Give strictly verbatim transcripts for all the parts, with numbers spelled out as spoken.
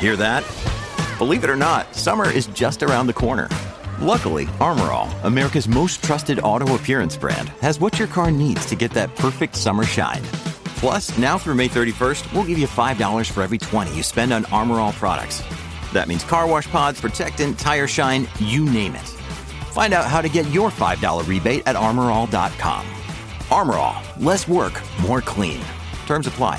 Hear that? Believe it or not, summer is just around the corner. Luckily, Armor All, America's most trusted auto appearance brand, has what your car needs to get that perfect summer shine. Plus, now through May thirty-first, we'll give you five dollars for every twenty you spend on Armor All products. That means car wash pods, protectant, tire shine, you name it. Find out how to get your five dollars rebate at armor all dot com. Armor All, less work, more clean. Terms apply.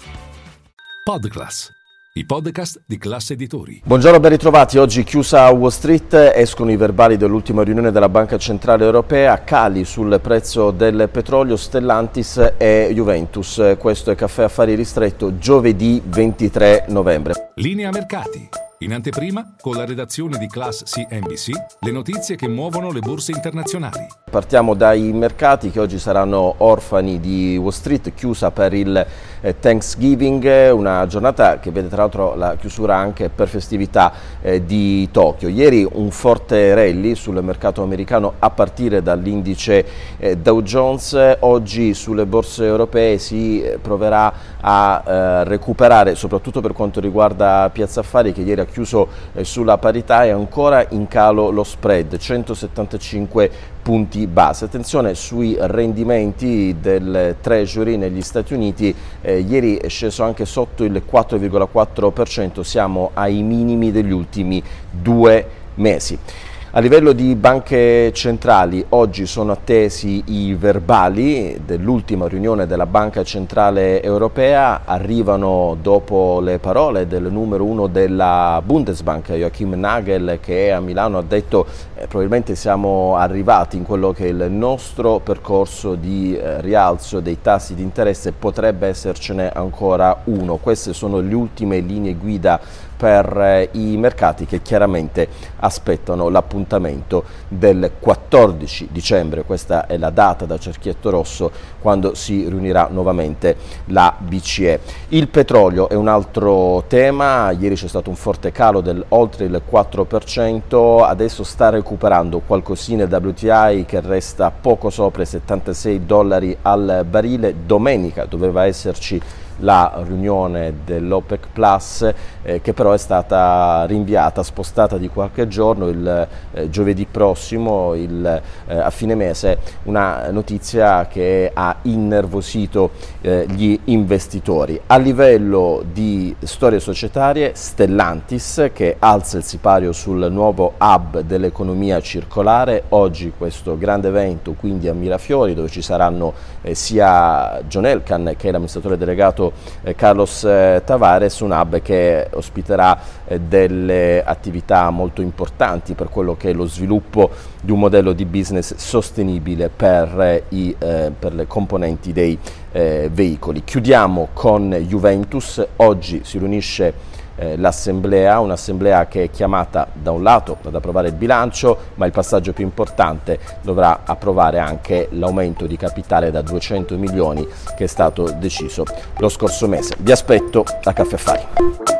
Podclass, i podcast di Class Editori. Buongiorno, ben ritrovati. Oggi chiusa Wall Street, escono i verbali dell'ultima riunione della Banca Centrale Europea, cali sul prezzo del petrolio, Stellantis e Juventus. Questo è Caffè Affari Ristretto, giovedì ventitré novembre. Linea mercati. In anteprima, con la redazione di Class C N B C, le notizie che muovono le borse internazionali. Partiamo dai mercati che oggi saranno orfani di Wall Street, chiusa per il eh, Thanksgiving, una giornata che vede tra l'altro la chiusura anche per festività eh, di Tokyo. Ieri un forte rally sul mercato americano a partire dall'indice eh, Dow Jones, oggi sulle borse europee si eh, proverà a eh, recuperare, soprattutto per quanto riguarda Piazza Affari che ieri ha chiuso eh, sulla parità, e ancora in calo lo spread, centosettantacinque punti base. Attenzione sui rendimenti del Treasury negli Stati Uniti, eh, ieri è sceso anche sotto il quattro virgola quattro per cento, siamo ai minimi degli ultimi due mesi. A livello di banche centrali, oggi sono attesi i verbali dell'ultima riunione della Banca Centrale Europea. Arrivano dopo le parole del numero uno della Bundesbank, Joachim Nagel, che a Milano ha detto eh, probabilmente siamo arrivati in quello che è il nostro percorso di eh, rialzo dei tassi di interesse, potrebbe essercene ancora uno. Queste sono le ultime linee guida per eh, i mercati, che chiaramente aspettano l'appuntamento del quattordici dicembre, questa è la data da cerchietto rosso, quando si riunirà nuovamente la B C E. Il petrolio è un altro tema, ieri c'è stato un forte calo del oltre il quattro per cento, adesso sta recuperando qualcosina il W T I che resta poco sopra i settantasei dollari al barile. Domenica doveva esserci la riunione dell'OPEC Plus, eh, che però è stata rinviata, spostata di qualche giorno, il eh, giovedì prossimo, il, eh, a fine mese, una notizia che ha innervosito eh, gli investitori. A livello di storie societarie, Stellantis che alza il sipario sul nuovo hub dell'economia circolare, oggi questo grande evento quindi a Mirafiori, dove ci saranno eh, sia John Elkann, che è l'amministratore delegato Eh, Carlos eh, Tavares, un hub che ospiterà eh, delle attività molto importanti per quello che è lo sviluppo di un modello di business sostenibile per, eh, i, eh, per le componenti dei eh, veicoli. Chiudiamo con Juventus, oggi si riunisce Eh, l'assemblea, un'assemblea che è chiamata da un lato ad approvare il bilancio, ma il passaggio più importante dovrà approvare anche l'aumento di capitale da duecento milioni che è stato deciso lo scorso mese. Vi aspetto a Caffè Affari.